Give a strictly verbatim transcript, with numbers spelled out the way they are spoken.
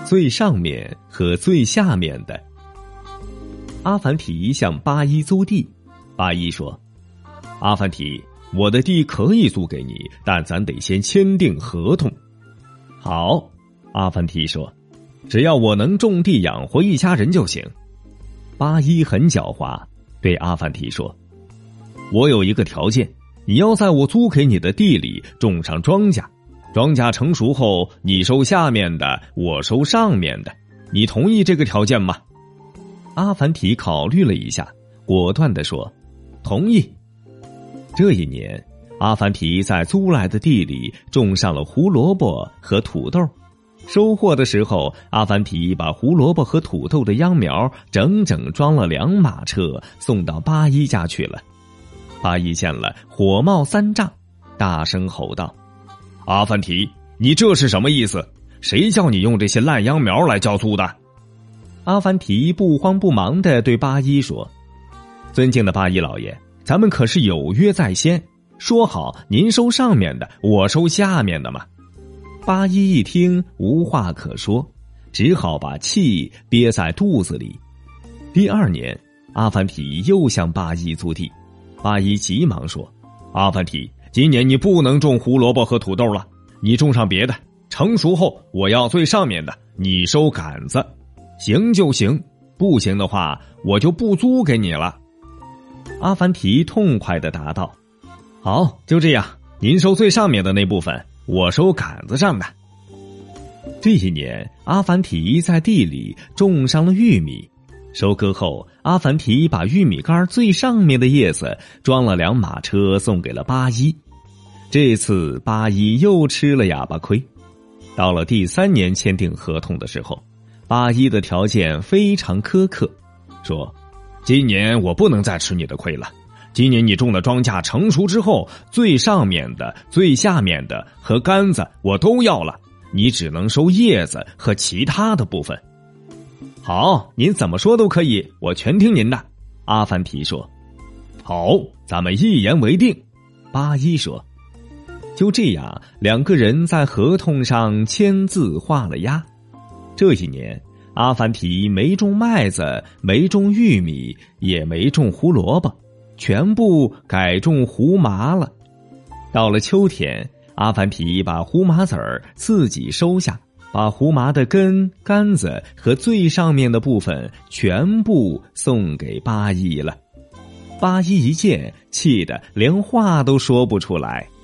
最上面和最下面的。阿凡提向八一租地，八一说：阿凡提，我的地可以租给你，但咱得先签订合同。好，阿凡提说，只要我能种地养活一家人就行。八一很狡猾，对阿凡提说，我有一个条件，你要在我租给你的地里种上庄稼，庄稼成熟后，你收下面的，我收上面的，你同意这个条件吗？阿凡提考虑了一下，果断地说，同意。这一年，阿凡提在租来的地里种上了胡萝卜和土豆。收获的时候，阿凡提把胡萝卜和土豆的秧苗整整装了两马车送到八一家去了。八一见了，火冒三丈，大声吼道，阿凡提，你这是什么意思？谁叫你用这些烂秧苗来交租的？阿凡提不慌不忙地对八一说，尊敬的八一老爷，咱们可是有约在先，说好您收上面的，我收下面的嘛。八一一听无话可说，只好把气憋在肚子里。第二年，阿凡提又向八一租地，八一急忙说，阿凡提，今年你不能种胡萝卜和土豆了，你种上别的，成熟后我要最上面的，你收杆子，行就行，不行的话我就不租给你了。阿凡提痛快地答道，好，就这样，您收最上面的那部分，我收杆子上的。这一年，阿凡提在地里种上了玉米，收割后，阿凡提把玉米杆最上面的叶子装了两马车送给了八一。这次八一又吃了哑巴亏。到了第三年签订合同的时候，八一的条件非常苛刻，说，今年我不能再吃你的亏了，今年你种的庄稼成熟之后，最上面的、最下面的和杆子我都要了，你只能收叶子和其他的部分。好，您怎么说都可以，我全听您的。阿凡提说，好，咱们一言为定。八一说，就这样，两个人在合同上签字画了押。这一年，阿凡提没种麦子，没种玉米，也没种胡萝卜，全部改种胡麻了。到了秋天，阿凡提把胡麻籽儿自己收下，把胡麻的根、杆子和最上面的部分全部送给八一了。八一一见，气得连话都说不出来。